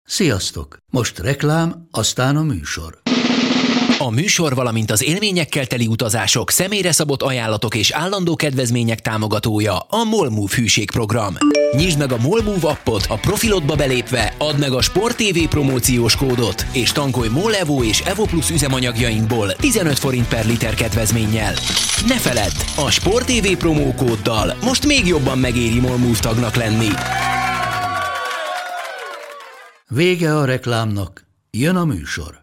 Sziasztok! Most reklám, aztán a műsor. A műsor, valamint az élményekkel teli utazások, személyre szabott ajánlatok és állandó kedvezmények támogatója a MOL Move hűségprogram. Nyisd meg a MOL Move appot, a profilodba belépve add meg a Sport TV promóciós kódot, és tankolj MOL Evo és Evo Plus üzemanyagjainkból 15 forint per liter kedvezménnyel. Ne feledd, a Sport TV promókóddal most még jobban megéri MOL Move tagnak lenni. Vége a reklámnak, jön a műsor.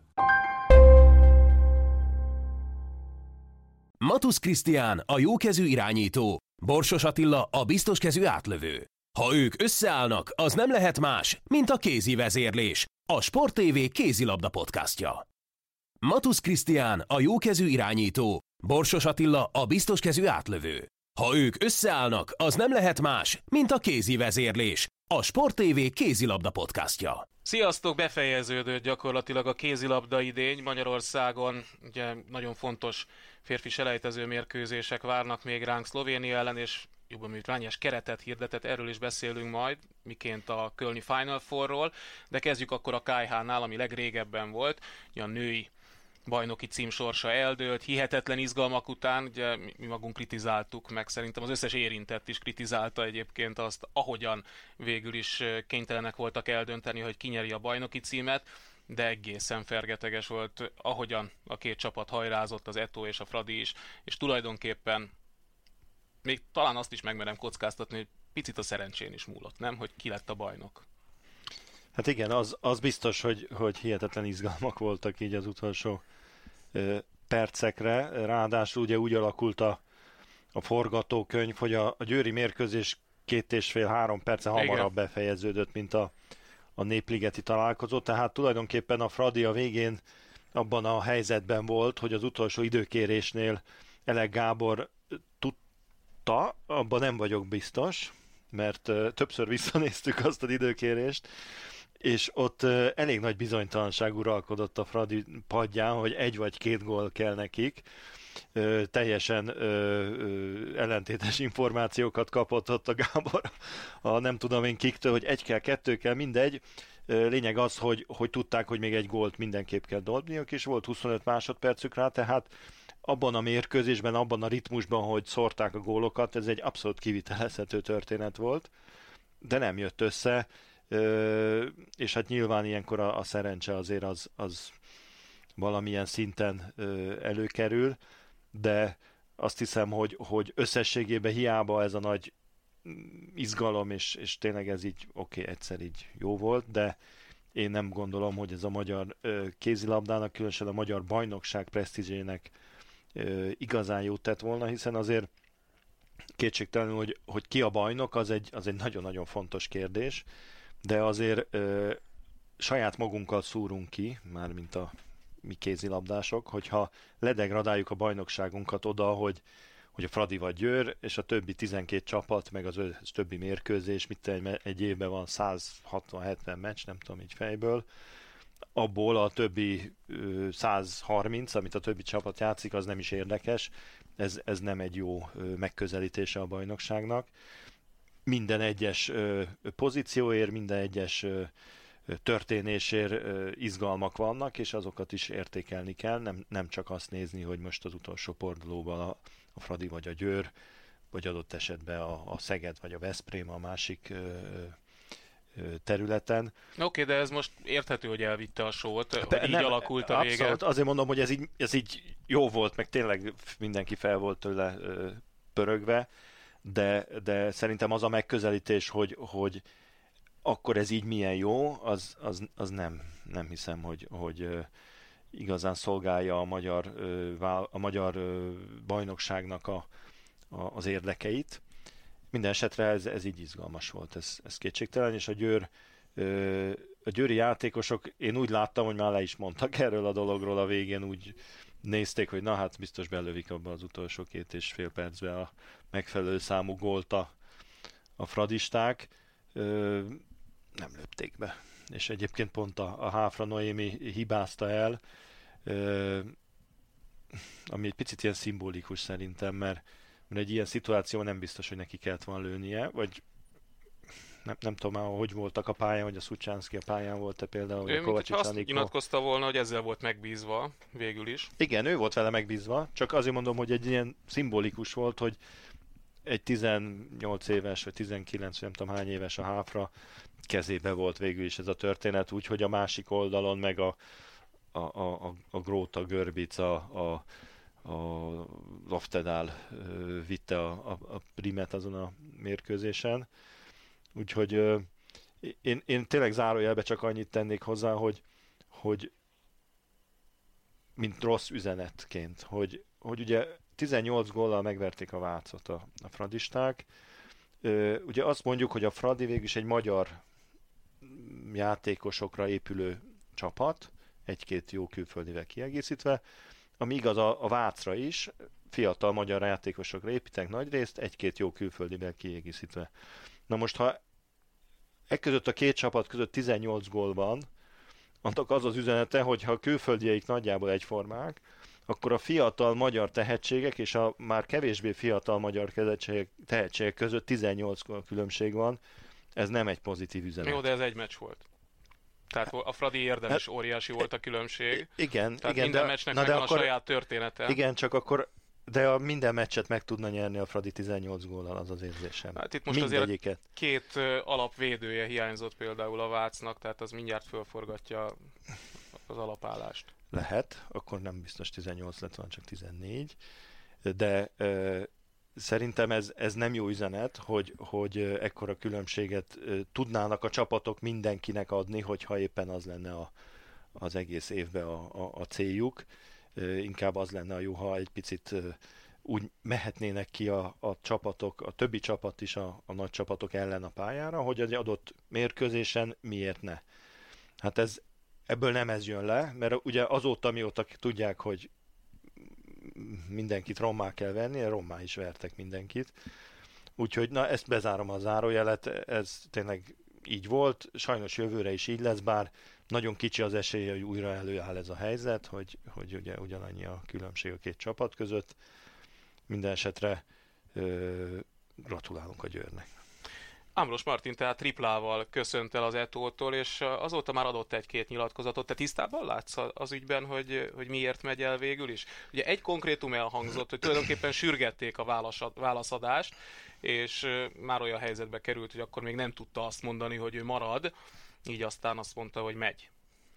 Matusz Krisztián a jókezű irányító, Borsos Attila a biztoskezű átlövő. Ha ők összeállnak, az nem lehet más, mint a kézi vezérlés, a Sport TV kézilabda podcastja. Matusz Krisztián a jókezű irányító, Borsos Attila a biztoskezű átlövő. Ha ők összeállnak, az nem lehet más, mint a kézi vezérlés, a Sport TV kézilabda podcastja. Sziasztok, befejeződött gyakorlatilag a kézilabda idény Magyarországon. Ugye nagyon fontos férfi selejtező mérkőzések várnak még ránk Szlovénia ellen, és jobban mondjuk rányes keretet hirdetett, erről is beszélünk majd, miként a kölni Final Fourról, de kezdjük akkor a KH-nál, ami legrégebben volt, ugye a női bajnoki cím sorsa eldőlt, hihetetlen izgalmak után, ugye mi magunk kritizáltuk, meg szerintem az összes érintett is kritizálta egyébként azt, ahogyan végül is kénytelenek voltak eldönteni, hogy ki nyeri a bajnoki címet, de egészen fergeteges volt, ahogyan a két csapat hajrázott, az Eto és a Fradi is, és tulajdonképpen még talán azt is megmerem kockáztatni, hogy picit a szerencsén is múlott, nem? Hogy ki lett a bajnok. Hát igen, az biztos, hogy hihetetlen izgalmak voltak így az utolsó percekre. Ráadásul ugye úgy alakult a forgatókönyv, hogy a győri mérkőzés 2,5-3 perce hamarabb befejeződött, mint a népligeti találkozó. Tehát tulajdonképpen a Fradi a végén abban a helyzetben volt, hogy az utolsó időkérésnél Elek Gábor tudta, abban nem vagyok biztos, mert többször visszanéztük azt az időkérést, és ott elég nagy bizonytalanság uralkodott a Fradi padján, hogy 1 vagy 2 gól kell nekik. Teljesen ellentétes információkat kapott ott a Gábor, nem tudom én kiktől, hogy 1 kell, 2 kell, mindegy. Lényeg az, hogy tudták, hogy még 1 gólt mindenképp kell dobniuk, és volt 25 másodpercük rá, tehát abban a mérkőzésben, abban a ritmusban, hogy szórták a gólokat, ez egy abszolút kivitelezhető történet volt, de nem jött össze, és hát nyilván ilyenkor a szerencse azért az valamilyen szinten előkerül, de azt hiszem, hogy összességében hiába ez a nagy izgalom, és tényleg ez így egyszer így jó volt, de én nem gondolom, hogy ez a magyar kézilabdának, különösen a magyar bajnokság presztízsének igazán jót tett volna, hiszen azért kétségtelenül, hogy ki a bajnok, az egy nagyon-nagyon fontos kérdés, de azért saját magunkkal szúrunk ki, mármint a mi kézilabdások, hogyha ledegradáljuk a bajnokságunkat oda, hogy a Fradi vagy Győr, és a többi 12 csapat, meg az többi mérkőzés, egy évben van 160-70 meccs, nem tudom így fejből, abból a többi 130, amit a többi csapat játszik, az nem is érdekes, ez nem egy jó megközelítése a bajnokságnak. Minden egyes pozícióért, minden egyes történésért izgalmak vannak, és azokat is értékelni kell, nem csak azt nézni, hogy most az utolsó fordulóban a Fradi vagy a Győr, vagy adott esetben a Szeged vagy a Veszprém a másik területen. Oké, de ez most érthető, hogy elvitte a sót, hogy így alakult a vége. Abszolút, azért mondom, hogy ez így jó volt, meg tényleg mindenki fel volt tőle pörögve, de szerintem az a megközelítés, hogy akkor ez így milyen jó, az nem hiszem, hogy igazán szolgálja a magyar bajnokságnak az érdekeit. Minden esetre ez így izgalmas volt, ez kétségtelen, és a győri játékosok, én úgy láttam, hogy már le is mondtak erről a dologról a végén, úgy nézték, hogy na hát biztos belövik abban az utolsó 2,5 percben a megfelelő számú gólt a fradisták. Nem lőtték be. És egyébként pont a Háfra Noémi hibázta el, ami egy picit ilyen szimbolikus szerintem, mert egy ilyen szituáció nem biztos, hogy neki kellett volna lőnie, vagy Nem tudom már, hogy voltak a pályán, hogy a Szucsánszky a pályán volt-e például, vagy a Kovácsics Azt Anikó. nyilatkozta volna, hogy ezzel volt megbízva végül is. Igen, ő volt vele megbízva, csak azért mondom, hogy egy ilyen szimbolikus volt, hogy egy 18 éves, vagy 19, nem tudom hány éves a háfra kezébe volt végül is ez a történet, úgyhogy a másik oldalon meg a Gróta, Görbica, a Loftedál vitte a primet azon a mérkőzésen. Úgyhogy én tényleg zárójelbe csak annyit tennék hozzá, hogy mint rossz üzenetként, hogy ugye 18 góllal megverték a Vácot a fradisták. Ugye azt mondjuk, hogy a Fradi végül is egy magyar játékosokra épülő csapat, egy-két jó külföldivel kiegészítve, ami igaz a Vácra is, fiatal magyar játékosokra építenek nagyrészt, egy-két jó külföldivel kiegészítve. Na most, ha között a két csapat között 18 gól van, annak az az üzenete, hogy ha a külföldieik nagyjából egyformák, akkor a fiatal magyar tehetségek és a már kevésbé fiatal magyar tehetségek között 18 gól különbség van. Ez nem egy pozitív üzenet. Jó, de ez egy meccs volt. Tehát a Fradi érdem is óriási volt a különbség. Igen. Tehát igen, minden meccsnek megvan a saját története. Igen, csak akkor de minden meccset meg tudna nyerni a Fradi 18 góllal, az az érzésem. Hát itt most azért két alapvédője hiányzott például a Vácnak, tehát az mindjárt fölforgatja az alapállást. Lehet, akkor nem biztos 18 lett, van csak 14, de szerintem ez nem jó üzenet, hogy ekkora különbséget tudnának a csapatok mindenkinek adni, hogyha éppen az lenne az egész évben a céljuk. Inkább az lenne a jó, ha egy picit úgy mehetnének ki a csapatok, a többi csapat is a nagy csapatok ellen a pályára, hogy egy adott mérkőzésen miért ne. Hát ebből nem ez jön le, mert ugye azóta, mióta tudják, hogy mindenkit rommá kell verni, rommá is vertek mindenkit. Úgyhogy na, ezt bezárom a zárójelet, ez tényleg így volt, sajnos jövőre is így lesz, bár nagyon kicsi az esélye, hogy újra előáll ez a helyzet, hogy ugye ugyanannyi a különbség a két csapat között. Minden esetre gratulálunk a Győrnek. Ámros Martin tehát triplával köszönt el az Etótól, és azóta már adott egy-két nyilatkozatot. Te tisztában látsz az ügyben, hogy miért megy el végül is? Ugye egy konkrétum elhangzott, hogy tulajdonképpen sürgették a válaszadást, és már olyan helyzetbe került, hogy akkor még nem tudta azt mondani, hogy ő marad, így aztán azt mondta, hogy megy.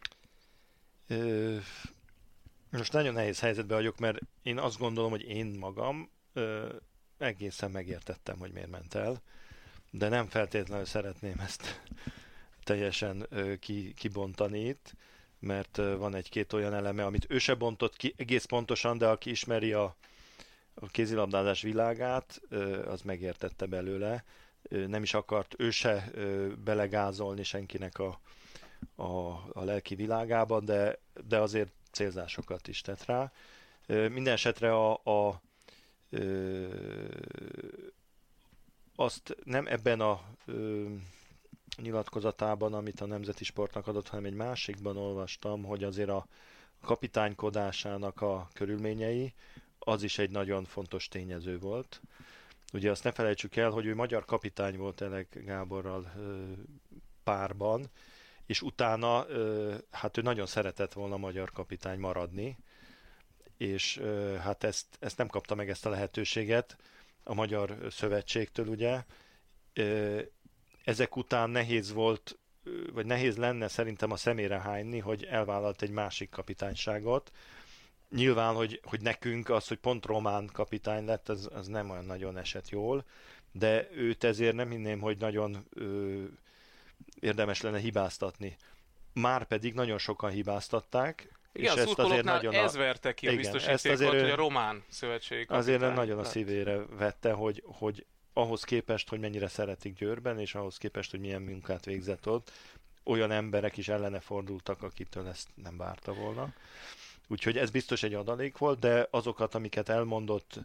Most nagyon nehéz helyzetben vagyok, mert én azt gondolom, hogy én magam egészen megértettem, hogy miért ment el, de nem feltétlenül szeretném ezt teljesen kibontani itt, mert van egy-két olyan eleme, amit ő se bontott ki egész pontosan, de aki ismeri a kézilabdázás világát, az megértette belőle. Nem is akart ő se belegázolni senkinek a lelki világába, de azért célzásokat is tett rá. Minden esetre azt nem ebben a nyilatkozatában, amit a Nemzeti Sportnak adott, hanem egy másikban olvastam, hogy azért a kapitánykodásának a körülményei, az is egy nagyon fontos tényező volt. Ugye azt ne felejtsük el, hogy ő magyar kapitány volt Elek Gáborral párban, és utána hát ő nagyon szeretett volna magyar kapitány maradni, és hát ezt nem kapta meg, ezt a lehetőséget a Magyar Szövetségtől, ugye. Ezek után nehéz volt, vagy nehéz lenne szerintem a szemére hányni, hogy elvállalt egy másik kapitányságot. Nyilván, hogy nekünk az, hogy pont román kapitány lett, az nem olyan nagyon esett jól, de őt ezért nem hinném, hogy nagyon érdemes lenne hibáztatni. Márpedig nagyon sokan hibáztatták. Igen, és a szurkolóknál ez verte ki a biztosítékot, hogy a román szövetségi kapitány. Azért nagyon a szívére vette, hogy ahhoz képest, hogy mennyire szeretik Győrben, és ahhoz képest, hogy milyen munkát végzett ott, olyan emberek is ellene fordultak, akitől ezt nem várta volna. Úgyhogy ez biztos egy adalék volt, de azokat, amiket elmondott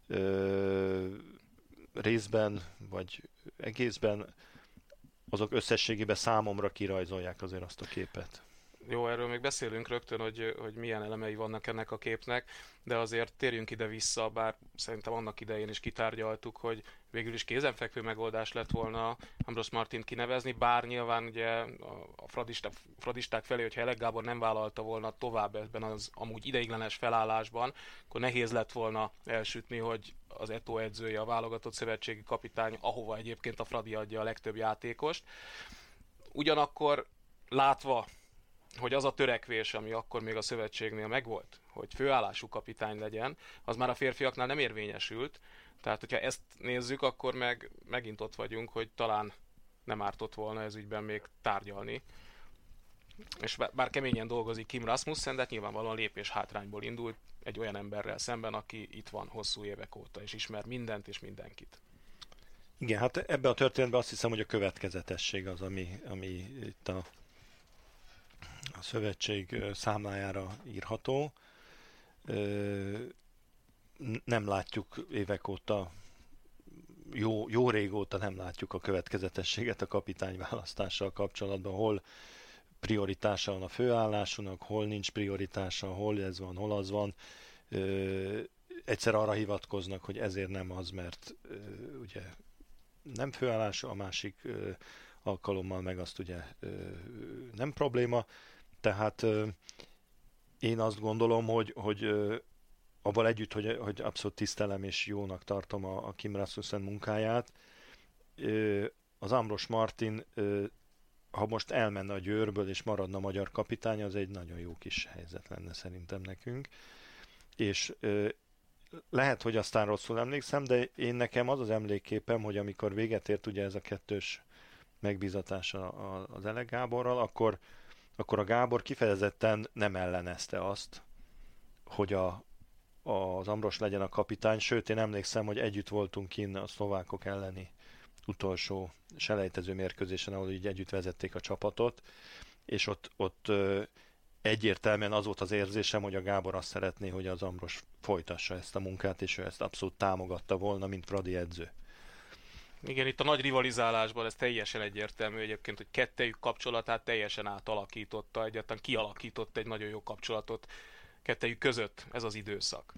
részben, vagy egészben, azok összességében számomra kirajzolják azért azt a képet. Jó, erről még beszélünk rögtön, hogy milyen elemei vannak ennek a képnek, de azért térjünk ide-vissza, bár szerintem annak idején is kitárgyaltuk, hogy végül is kézenfekvő megoldás lett volna Ambrose Martint kinevezni, bár nyilván ugye a fradisták felé, hogyha Elek Gábor nem vállalta volna tovább ebben az amúgy ideiglenes felállásban, akkor nehéz lett volna elsütni, hogy az Eto'o edzője, a válogatott szövetségi kapitány, ahova egyébként a Fradi adja a legtöbb játékost. Ugyanakkor látva, hogy az a törekvés, ami akkor még a szövetségnél megvolt, hogy főállású kapitány legyen, az már a férfiaknál nem érvényesült. Tehát, hogyha ezt nézzük, akkor megint ott vagyunk, hogy talán nem ártott volna ez ügyben még tárgyalni. És bár keményen dolgozik Kim Rasmussen, de nyilvánvalóan lépés hátrányból indult egy olyan emberrel szemben, aki itt van hosszú évek óta, és ismer mindent és mindenkit. Igen, hát ebben a történetben azt hiszem, hogy a következetesség az, ami itt a szövetség számlájára írható. Nem látjuk évek óta, jó régóta nem látjuk a következetességet a kapitányválasztással kapcsolatban, hol prioritása van a főállásunak, hol nincs prioritása, hol ez van, hol az van. Egyszer arra hivatkoznak, hogy ezért nem az, mert ugye nem főállású, a másik alkalommal meg azt ugye nem probléma. Tehát én azt gondolom, hogy abban együtt, hogy abszolút tisztelem és jónak tartom a Kim Rasmussen munkáját, az Ambrose Martin, ha most elmenne a Győrből és maradna magyar kapitány, az egy nagyon jó kis helyzet lenne szerintem nekünk. És lehet, hogy aztán rosszul emlékszem, de nekem az emlékképem, hogy amikor véget ért ugye ez a kettős megbízatása az Elek Gáborral, akkor a Gábor kifejezetten nem ellenezte azt, hogy az Ambros legyen a kapitány, sőt én emlékszem, hogy együtt voltunk kinn a szlovákok elleni utolsó selejtező mérkőzésen, ahol így együtt vezették a csapatot, és ott egyértelműen az volt az érzésem, hogy a Gábor azt szeretné, hogy az Ambros folytassa ezt a munkát, és ő ezt abszolút támogatta volna, mint Fradi edző. Igen, itt a nagy rivalizálásban ez teljesen egyértelmű egyébként, hogy kettejük kapcsolatát teljesen átalakította, egyáltalán kialakított egy nagyon jó kapcsolatot kettejük között ez az időszak.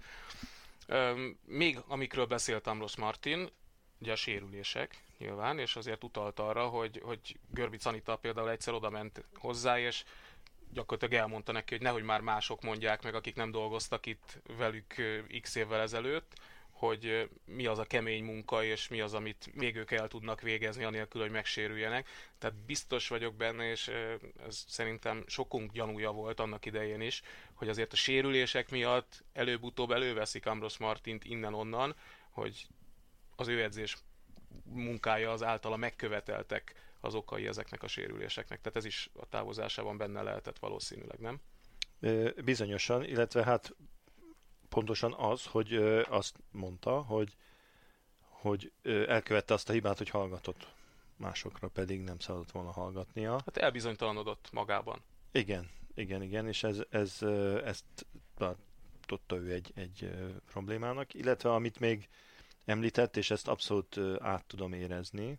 Még amikről beszélt Ambrose Martin, ugye a sérülések nyilván, és azért utalt arra, hogy Görbic Anita például egyszer oda ment hozzá, és gyakorlatilag elmondta neki, hogy nehogy már mások mondják meg, akik nem dolgoztak itt velük x évvel ezelőtt, hogy mi az a kemény munka, és mi az, amit még ők el tudnak végezni, anélkül, hogy megsérüljenek. Tehát biztos vagyok benne, és ez szerintem sokunk gyanúja volt annak idején is, hogy azért a sérülések miatt előbb-utóbb előveszik Ambrose Martint innen-onnan, hogy az ő edzés munkája az általa megköveteltek az okai ezeknek a sérüléseknek. Tehát ez is a távozásában benne lehetett valószínűleg, nem? Bizonyosan, illetve hát pontosan az, hogy azt mondta, hogy elkövette azt a hibát, hogy hallgatott. Másokra pedig nem szabadott volna hallgatnia. Hát elbizonytalanodott magában. Igen, és ezt tartotta ő egy problémának, illetve amit még említett, és ezt abszolút át tudom érezni,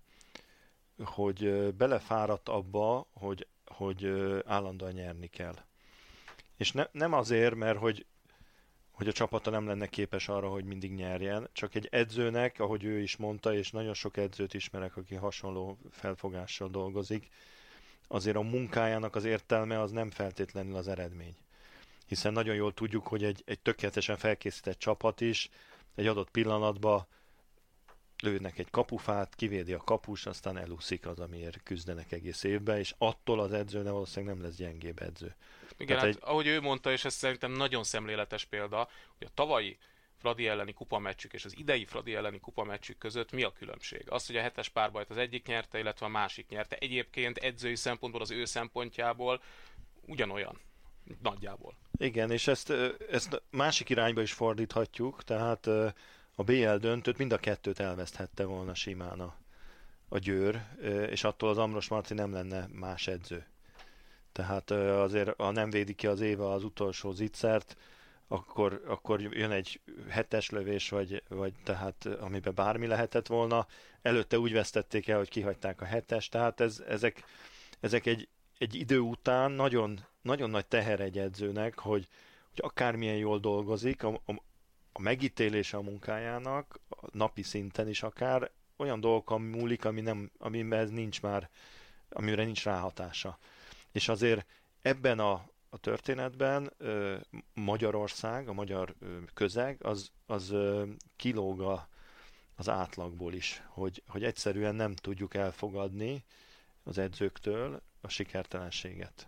hogy belefáradt abba, hogy állandóan nyerni kell. És nem azért, mert hogy a csapata nem lenne képes arra, hogy mindig nyerjen, csak egy edzőnek, ahogy ő is mondta, és nagyon sok edzőt ismerek, aki hasonló felfogással dolgozik, azért a munkájának az értelme az nem feltétlenül az eredmény. Hiszen nagyon jól tudjuk, hogy egy tökéletesen felkészített csapat is egy adott pillanatban lőnek egy kapufát, kivédi a kapus, aztán elúszik az, amiért küzdenek egész évben, és attól az edzőnek valószínűleg nem lesz gyengébb edző. Igen, hát ahogy ő mondta, és ez szerintem nagyon szemléletes példa, hogy a tavalyi Fradi elleni kupameccsük és az idei Fradi elleni kupameccsük között mi a különbség? Az, hogy a 7-es párbajt az egyik nyerte, illetve a másik nyerte. Egyébként edzői szempontból, az ő szempontjából ugyanolyan, nagyjából. Igen, és ezt másik irányba is fordíthatjuk, tehát a BL döntőt mind a kettőt elveszthette volna simán a Győr, és attól az Ambrose Martin nem lenne más edző. Tehát azért, ha nem védi ki az éve az utolsó zicsert, akkor jön egy 7-es lövés, vagy tehát amiben bármi lehetett volna. Előtte úgy vesztették el, hogy kihagyták a 7-es, tehát ezek egy idő után nagyon nagyon nagy teher egy edzőnek, hogy akármilyen jól dolgozik, a megítélése a munkájának, a napi szinten is akár, olyan dolgokon múlik, amire nincs ráhatása. És azért ebben a történetben Magyarország, a magyar közeg, az kilóg az átlagból is, hogy egyszerűen nem tudjuk elfogadni az edzőktől a sikertelenséget.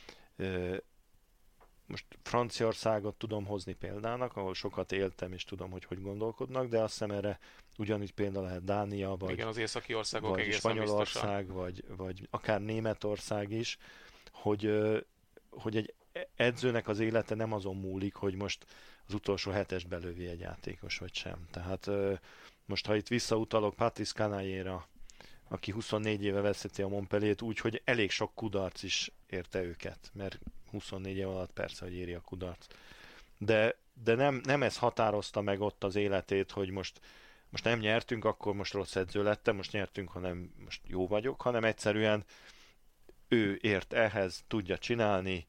Most Franciaországot tudom hozni példának, ahol sokat éltem, és tudom, hogy gondolkodnak, de azt hiszem erre ugyanúgy példa lehet Dánia, vagy, igen, az északi országok vagy Spanyolország, vagy akár Németország is, hogy egy edzőnek az élete nem azon múlik, hogy most az utolsó hetest belövi egy játékos, vagy sem. Tehát most, ha itt visszautalok Patrice Canayéra, aki 24 éve veszíti a Montpellier-t úgy, hogy elég sok kudarc is érte őket, mert 24 év alatt persze, hogy éri a kudarc. De nem ez határozta meg ott az életét, hogy most nem nyertünk, akkor most rossz edző lettem, most nyertünk, hanem most jó vagyok, hanem egyszerűen ő ért ehhez, tudja csinálni,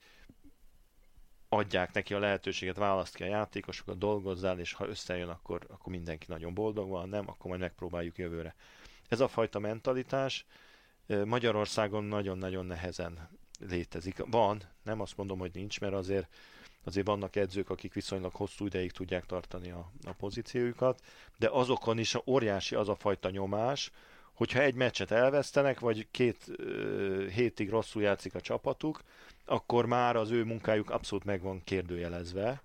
adják neki a lehetőséget, választ ki a játékosokat, dolgozzál, és ha összejön, akkor mindenki nagyon boldog van, nem, akkor majd megpróbáljuk jövőre. Ez a fajta mentalitás Magyarországon nagyon-nagyon nehezen létezik. Van, nem azt mondom, hogy nincs, mert azért vannak edzők, akik viszonylag hosszú ideig tudják tartani a pozíciójukat, de azokon is óriási az a fajta nyomás, hogyha egy meccset elvesztenek, vagy 2 hétig rosszul játszik a csapatuk, akkor már az ő munkájuk abszolút meg van kérdőjelezve,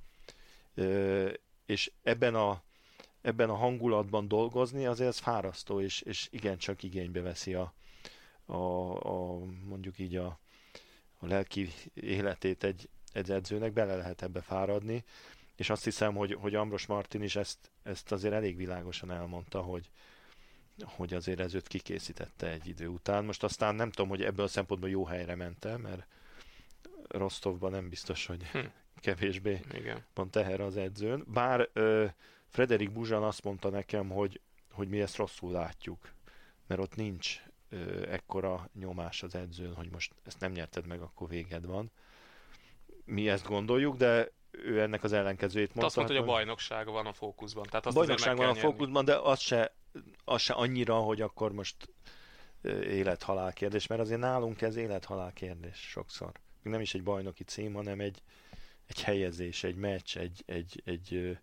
és ebben a hangulatban dolgozni azért ez fárasztó, és igencsak igénybe veszi a mondjuk így a lelki életét egy edzőnek, bele lehet ebbe fáradni, és azt hiszem, hogy Ambros Martin is ezt azért elég világosan elmondta, hogy azért ez őt kikészítette egy idő után. Most aztán nem tudom, hogy ebből a szempontból jó helyre ment-e, mert Rostovban nem biztos, hogy kevésbé van teher az edzőn. Bár Frederik Buzsan azt mondta nekem, hogy mi ezt rosszul látjuk, mert ott nincs ekkora nyomás az edzőn, hogy most ezt nem nyerted meg, akkor véged van. Mi ezt gondoljuk, de ő ennek az ellenkezőjét mondta. Azt mondta, hogy a bajnokság van a fókuszban. Tehát azt a bajnokság van a fókuszban, de az se annyira, hogy akkor most élet-halál kérdés, mert azért nálunk ez élet-halál kérdés sokszor. Nem is egy bajnoki cím, hanem egy helyezés, egy meccs, egy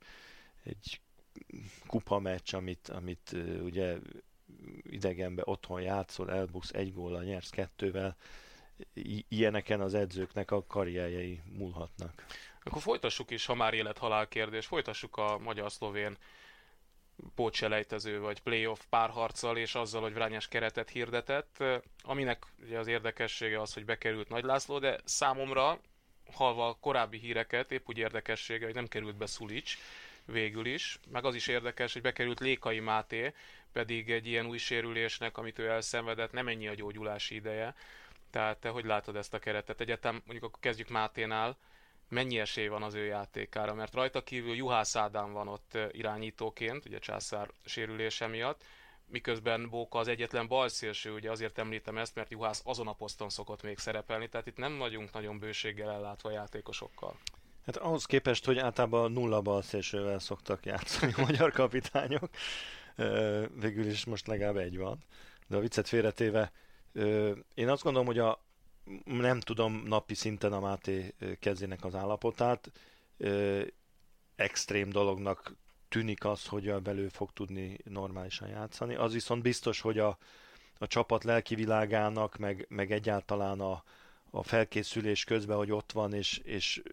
kupa meccs, amit ugye idegenben otthon játszol, elbuksz 1 góllal, nyersz 2-vel. Ilyeneken az edzőknek a karrierjei múlhatnak. Akkor folytassuk is, ha már élet-halál kérdés, folytassuk a magyar-szlovén pótselejtező vagy playoff párharccal és azzal, hogy Vrányiás keretet hirdetett, aminek ugye az érdekessége az, hogy bekerült Nagy László, de számomra, halva a korábbi híreket, épp úgy érdekessége, hogy nem került be Szulics végül is, meg az is érdekes, hogy bekerült Lékai Máté, pedig egy ilyen új sérülésnek, amit ő elszenvedett, nem ennyi a gyógyulási ideje. Tehát te hogy látod ezt a keretet? Egyetem, mondjuk akkor kezdjük Máténál, mennyi esély van az ő játékára? Mert rajta kívül Juhász Ádám van ott irányítóként, ugye Császár sérülése miatt, miközben Bóka az egyetlen balszélső, ugye azért említem ezt, mert Juhász azon a poszton szokott még szerepelni, tehát itt nem vagyunk nagyon bőséggel ellátva a játékosokkal. Hát ahhoz képest, hogy általában 0 balszélsővel szoktak játszani a magyar kapitányok, végül is most legalább 1 van, de a viccet félretéve, én azt gondolom, hogy nem tudom napi szinten a Máté kezének az állapotát. Extrém dolognak tűnik az, hogy belül fog tudni normálisan játszani. Az viszont biztos, hogy a csapat lelki világának, meg egyáltalán a felkészülés közben, hogy ott van, és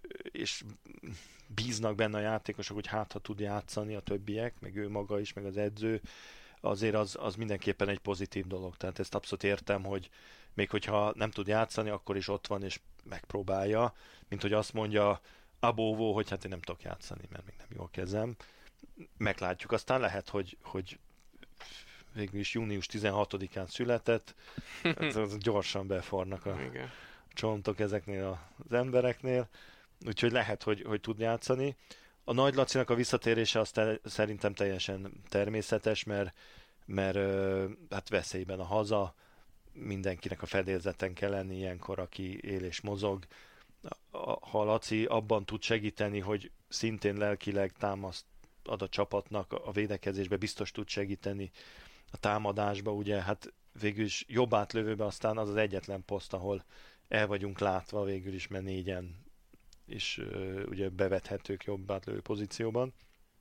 bíznak benne a játékosok, hogy ha tud játszani a többiek, meg ő maga is, meg az edző, azért az mindenképpen egy pozitív dolog. Tehát ezt abszolút értem, hogy még hogyha nem tud játszani, akkor is ott van és megpróbálja, mint hogy azt mondja Abóvó, hogy hát én nem tudok játszani, mert még nem jó a kezem. Meglátjuk. Aztán lehet, hogy végül is június 16-án született, az gyorsan befornak a csontok ezeknél az embereknél, úgyhogy lehet, hogy tud játszani. A Nagy Lacinak a visszatérése azt szerintem teljesen természetes, mert hát veszélyben a haza, mindenkinek a fedélzeten kell lenni ilyenkor, aki él és mozog. ha Laci abban tud segíteni, hogy szintén lelkileg támaszt ad a csapatnak a védekezésbe, biztos tud segíteni a támadásba, ugye hát végül is jobb átlövőbe aztán az egyetlen poszt, ahol el vagyunk látva végül is, mert 4-en is ugye bevethetők jobb átlövő pozícióban.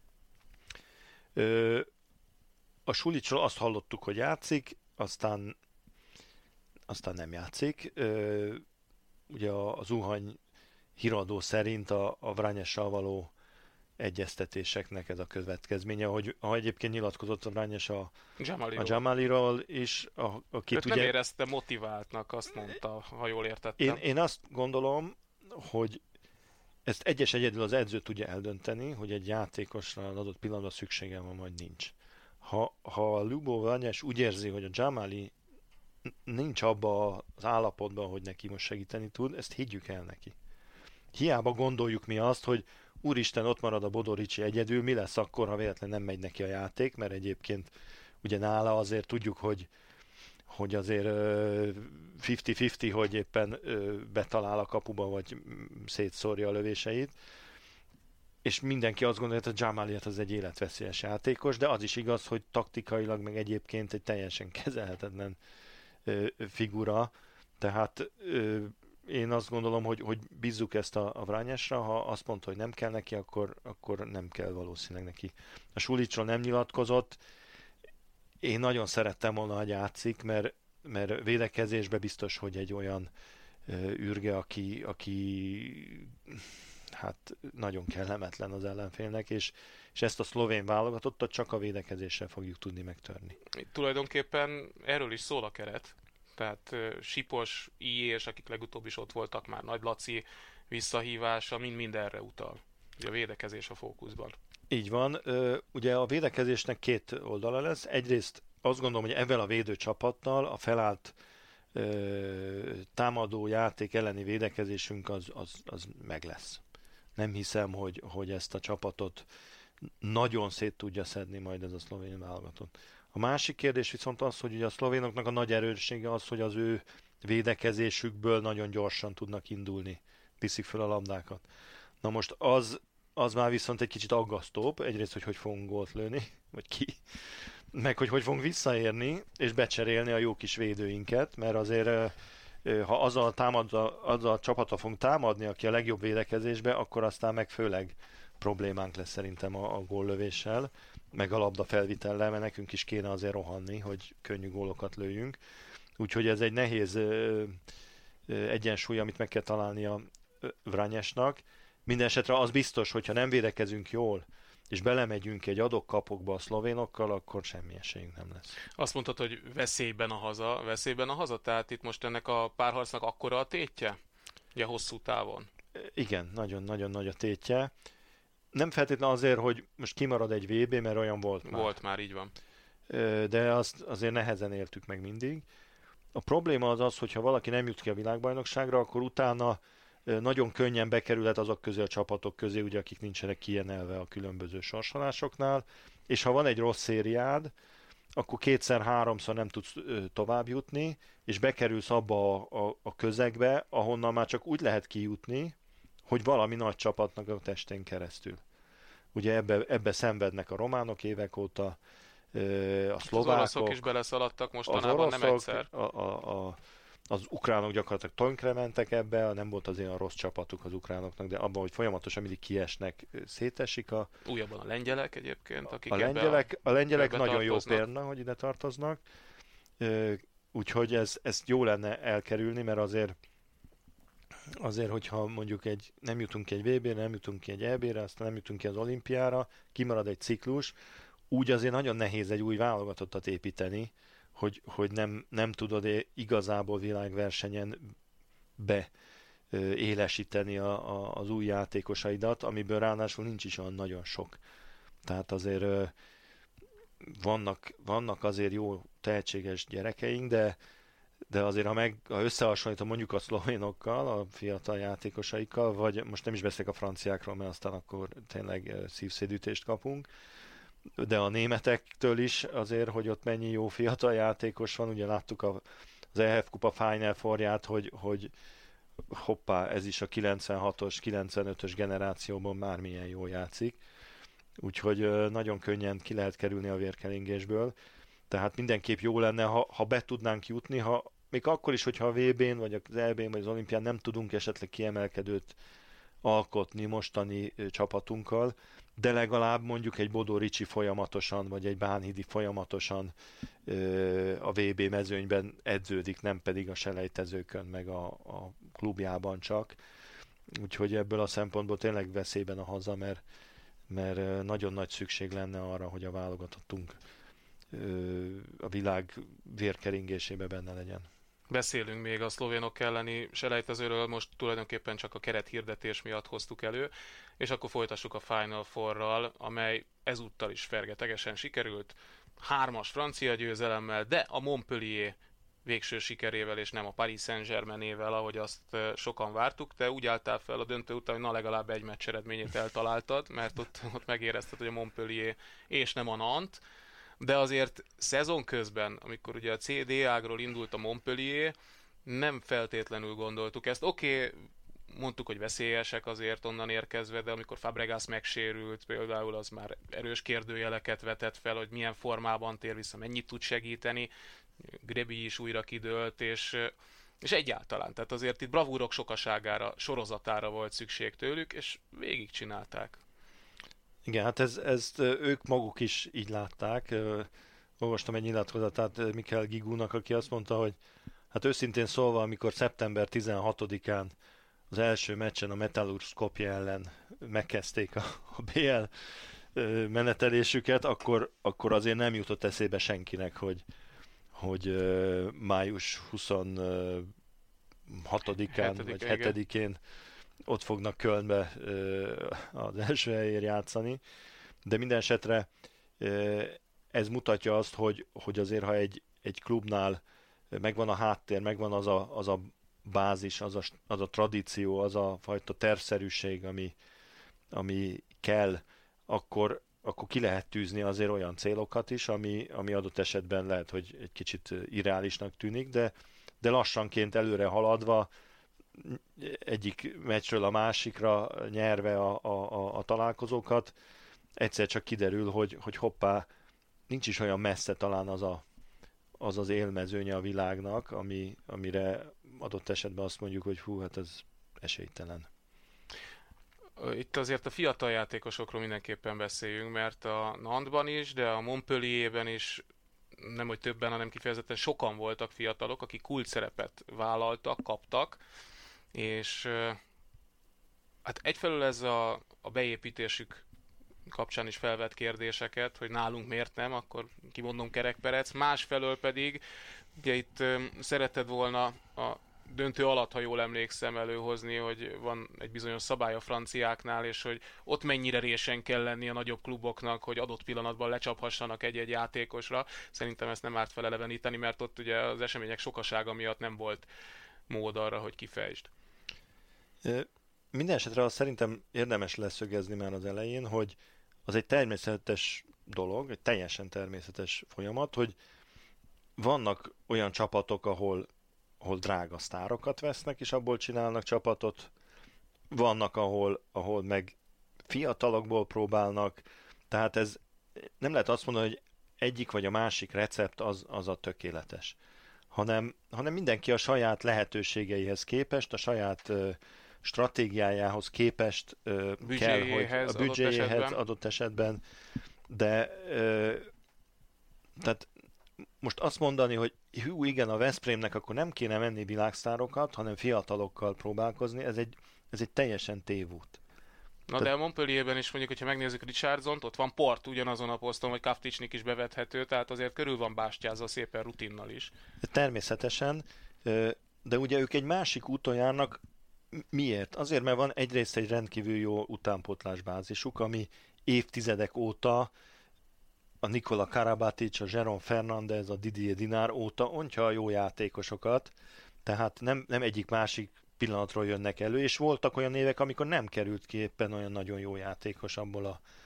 A Sulicsról azt hallottuk, hogy játszik, aztán nem játszik. Ugye a Zuhany híradó szerint a Vránessal való egyeztetéseknek ez a következménye, hogy egyébként nyilatkozott a Vrányes a Jamaliról is, akit ugye... nem érezte motiváltnak, azt mondta, ha jól értettem. Én azt gondolom, hogy ezt egyedül az edző tudja eldönteni, hogy egy játékosra az adott pillanatban szüksége van, vagy nincs. Ha Lubo Vrányes úgy érzi, hogy a Jamali nincs abba az állapotban, hogy neki most segíteni tud, ezt higgyük el neki. Hiába gondoljuk mi azt, hogy úristen, ott marad a Bodoricsi egyedül, mi lesz akkor, ha véletlenül nem megy neki a játék, mert egyébként ugye nála azért tudjuk, hogy azért 50-50, hogy éppen betalál a kapuba, vagy szétszórja a lövéseit, és mindenki azt gondolja, hogy a Jamali az egy életveszélyes játékos, de az is igaz, hogy taktikailag meg egyébként egy teljesen kezelhetetlen figura, tehát én azt gondolom, hogy bízzuk ezt a Vrányesra, ha azt mondta, hogy nem kell neki, akkor nem kell valószínűleg neki. A Sulicsról nem nyilatkozott, én nagyon szerettem volna, hogy játszik, mert védekezésben biztos, hogy egy olyan űrge, aki hát nagyon kellemetlen az ellenfélnek, és ezt a szlovén válogatottat csak a védekezéssel fogjuk tudni megtörni. Tulajdonképpen erről is szól a keret. Tehát Sipos, és akik legutóbb is ott voltak már, Nagy Laci visszahívása, mind erre utal. Ugye a védekezés a fókuszban. Így van. Ugye a védekezésnek két oldala lesz. Egyrészt azt gondolom, hogy ezzel a védőcsapattal a felállt támadó játék elleni védekezésünk az meg lesz. Nem hiszem, hogy ezt a csapatot nagyon szét tudja szedni majd ez a szlovén válogatott. A másik kérdés viszont az, hogy ugye a szlovénoknak a nagy erőssége az, hogy az ő védekezésükből nagyon gyorsan tudnak indulni, viszik fel a labdákat. Na most az már viszont egy kicsit aggasztóbb, egyrészt, hogy fogunk gólt lőni, vagy ki, meg hogy fogunk visszaérni, és becserélni a jó kis védőinket, mert azért ha azzal a csapattal fogunk támadni, aki a legjobb védekezésbe, akkor aztán meg főleg problémánk lesz szerintem a góllövéssel, meg a labda felvitellel, mert nekünk is kéne azért rohanni, hogy könnyű gólokat lőjünk. Úgyhogy ez egy nehéz egyensúly, amit meg kell találni a Vrányesnak. Mindenesetre az biztos, hogyha nem védekezünk jól, és belemegyünk egy adok-kapokba a szlovénokkal, akkor semmi esélyünk nem lesz. Azt mondtad, hogy veszélyben a haza, tehát itt most ennek a párharcnak akkora a tétje? Ugye hosszú távon. Igen, nagyon-nagyon nagy a tétje. Nem feltétlenül azért, hogy most kimarad egy VB, mert olyan volt már. Volt már, így van. De azt azért nehezen éltük meg mindig. A probléma az, hogyha valaki nem jut ki a világbajnokságra, akkor utána nagyon könnyen bekerülhet azok közé a csapatok közé, ugye, akik nincsenek kijelenelve a különböző sorsolásoknál, és ha van egy rossz szériád, akkor 2-3-szor nem tudsz tovább jutni, és bekerülsz abba a közegbe, ahonnan már csak úgy lehet kijutni, hogy valami nagy csapatnak a testén keresztül. Ugye ebbe szenvednek a románok évek óta, a szlovákok. Az oroszok is beleszaladtak mostanában, nem egyszer. Az ukránok gyakorlatilag tönkre mentek ebbe, nem volt az olyan rossz csapatuk az ukránoknak, de abban, hogy folyamatosan mindig kiesnek, szétesik a... Újabban a lengyelek egyébként, akik a lengyelek nagyon jó példa, hogy ide tartoznak. Úgyhogy ezt jó lenne elkerülni, mert azért, hogyha mondjuk nem jutunk egy VB-re, nem jutunk ki egy EB-re, aztán nem jutunk ki az olimpiára, kimarad egy ciklus, úgy azért nagyon nehéz egy új válogatottat építeni, hogy nem tudod igazából világversenyen beélesíteni az új játékosaidat, amiből ráadásul nincs is olyan nagyon sok. Tehát azért vannak azért jó tehetséges gyerekeink, de azért ha összehasonlítom mondjuk a szlovénokkal, a fiatal játékosaikkal, vagy most nem is beszélek a franciákról, mert aztán akkor tényleg szívszédütést kapunk, de a németektől is azért, hogy ott mennyi jó fiatal játékos van, ugye láttuk az EHF Kupa Final Fourját, hogy hoppá, ez is a 96-os, 95-ös generációban már milyen jól játszik. Úgyhogy nagyon könnyen ki lehet kerülni a vérkeringésből. Tehát mindenképp jó lenne, ha be tudnánk jutni, még akkor is, hogyha a VB-n, vagy az EB-n, vagy az olimpián nem tudunk esetleg kiemelkedőt alkotni mostani csapatunkkal, de legalább mondjuk egy Bodó Ricsi folyamatosan, vagy egy Bánhidi folyamatosan a VB mezőnyben edződik, nem pedig a selejtezőkön, meg a klubjában csak. Úgyhogy ebből a szempontból tényleg veszélyben a haza, mert nagyon nagy szükség lenne arra, hogy a válogatottunk a világ vérkeringésébe benne legyen. Beszélünk még a szlovénok elleni selejtezőről, most tulajdonképpen csak a kerethirdetés miatt hoztuk elő, és akkor folytassuk a Final Four-ral, amely ezúttal is fergetegesen sikerült, 3-as francia győzelemmel, de a Montpellier végső sikerével, és nem a Paris Saint-Germainével, ahogy azt sokan vártuk. Te úgy álltál fel a döntő után, hogy na legalább egy meccs eredményét eltaláltad, mert ott megérezted, hogy a Montpellier és nem a Nantes, de azért szezon közben, amikor ugye a CD ágról indult a Montpellier, nem feltétlenül gondoltuk ezt. Oké, mondtuk, hogy veszélyesek azért onnan érkezve, de amikor Fabregas megsérült, például az már erős kérdőjeleket vetett fel, hogy milyen formában tér vissza, mennyit tud segíteni. Grebi is újra kidőlt, és egyáltalán. Tehát azért itt bravúrok sokaságára, sorozatára volt szükség tőlük, és végigcsinálták. Igen, hát ezt ők maguk is így látták. Olvastam egy nyilatkozatát Mikkel Gigúnak, aki azt mondta, hogy hát őszintén szólva, amikor szeptember 16-án az első meccsen a Metalurg Skopje ellen megkezdték a BL menetelésük, akkor azért nem jutott eszébe senkinek, hogy május 26-án vagy 7-én ott fognak Kölnbe az első helyért játszani. De minden esetre ez mutatja azt, hogy azért, ha egy klubnál megvan a háttér, megvan az a bázis, az a tradíció, az a fajta tervszerűség, ami kell, akkor ki lehet tűzni azért olyan célokat is, ami adott esetben lehet, hogy egy kicsit irreálisnak tűnik, de lassanként előre haladva, egyik meccsről a másikra nyerve a találkozókat, egyszer csak kiderül, hogy hoppá, nincs is olyan messze talán az élmezőnye a világnak, amire adott esetben azt mondjuk, hogy hú, hát ez esélytelen. Itt azért a fiatal játékosokról mindenképpen beszéljünk, mert a Nantesban is, de a Montpellierben is nem hogy többen, hanem kifejezetten sokan voltak fiatalok, akik kulcsszerepet vállaltak, kaptak, és hát egyfelől ez a beépítésük kapcsán is felvett kérdéseket, hogy nálunk miért nem, akkor kimondom Kerek Perec, másfelől pedig ugye itt szeretted volna a döntő alatt, ha jól emlékszem, előhozni, hogy van egy bizonyos szabály a franciáknál, és hogy ott mennyire résen kell lenni a nagyobb kluboknak, hogy adott pillanatban lecsaphassanak egy-egy játékosra. Szerintem ezt nem árt feleleveníteni, mert ott ugye az események sokasága miatt nem volt mód arra, hogy kifejtsd. Minden esetre azt szerintem érdemes leszögezni már az elején, hogy az egy természetes dolog, egy teljesen természetes folyamat, hogy vannak olyan csapatok, ahol drága sztárokat vesznek, és abból csinálnak csapatot. Vannak, ahol meg fiatalokból próbálnak. Tehát ez nem lehet azt mondani, hogy egyik vagy a másik recept az a tökéletes. Hanem mindenki a saját lehetőségeihez képest, a saját stratégiájához képest kell, hogy a büdzséjéhez adott esetben. De tehát most azt mondani, hogy hű, igen, a Veszprémnek akkor nem kéne menni világsztárokat, hanem fiatalokkal próbálkozni, ez egy teljesen tévút. Na de a Montpellierben is mondjuk, hogyha megnézzük Richardsont, ott van Port ugyanazon a poszton, vagy Kavticsnik is bevethető, tehát azért körül van bástyázva szépen rutinnal is. Természetesen, de ugye ők egy másik úton járnak. Miért? Azért, mert van egyrészt egy rendkívül jó utánpótlás bázisuk, ami évtizedek óta a Nikola Karabatic, a Jérôme Fernández, a Didier Dinár óta ontja a jó játékosokat, tehát nem egyik másik pillanatról jönnek elő, és voltak olyan évek, amikor nem került ki éppen olyan nagyon jó játékos abból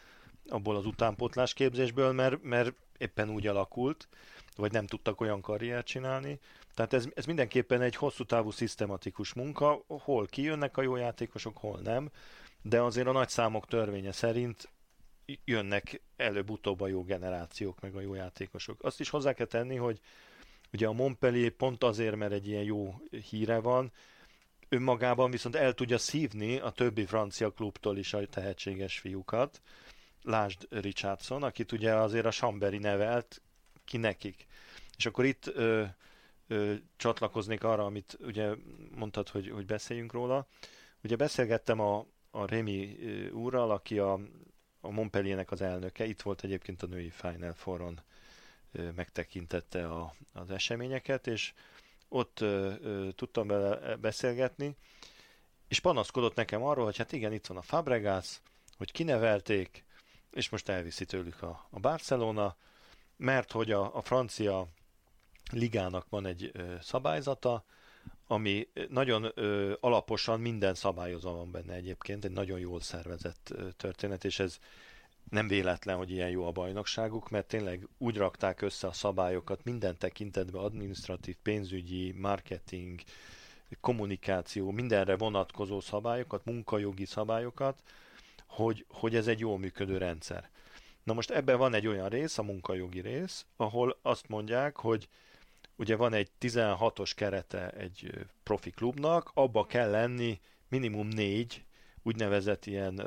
abból az utánpótlás képzésből, mert éppen úgy alakult, vagy nem tudtak olyan karriert csinálni. Tehát ez mindenképpen egy hosszú távú, szisztematikus munka, hol kijönnek a jó játékosok, hol nem, de azért a nagy számok törvénye szerint jönnek előbb-utóbb a jó generációk, meg a jó játékosok. Azt is hozzá kell tenni, hogy ugye a Montpellier pont azért, mert egy ilyen jó híre van, önmagában viszont el tudja szívni a többi francia klubtól is a tehetséges fiúkat. Lásd Richardson, akit ugye azért a Chambéry nevelt ki nekik. És akkor itt csatlakoznék arra, amit ugye mondtad, hogy beszéljünk róla. Ugye beszélgettem a Rémi úrral, aki a Montpelliernek az elnöke, itt volt egyébként a női Final Fouron, megtekintette az eseményeket, és ott tudtam vele beszélgetni, és panaszkodott nekem arról, hogy hát igen, itt van a Fabregas, hogy kinevelték, és most elviszi tőlük a Barcelona, mert hogy a francia ligának van egy szabályzata, ami nagyon alaposan minden szabályozva van benne egyébként, egy nagyon jól szervezett történet, és ez nem véletlen, hogy ilyen jó a bajnokságuk, mert tényleg úgy rakták össze a szabályokat minden tekintetben, adminisztratív, pénzügyi, marketing, kommunikáció, mindenre vonatkozó szabályokat, munkajogi szabályokat, hogy ez egy jól működő rendszer. Na most ebben van egy olyan rész, a munkajogi rész, ahol azt mondják, hogy ugye van egy 16-os kerete egy profi klubnak, abba kell lenni minimum 4 úgynevezett ilyen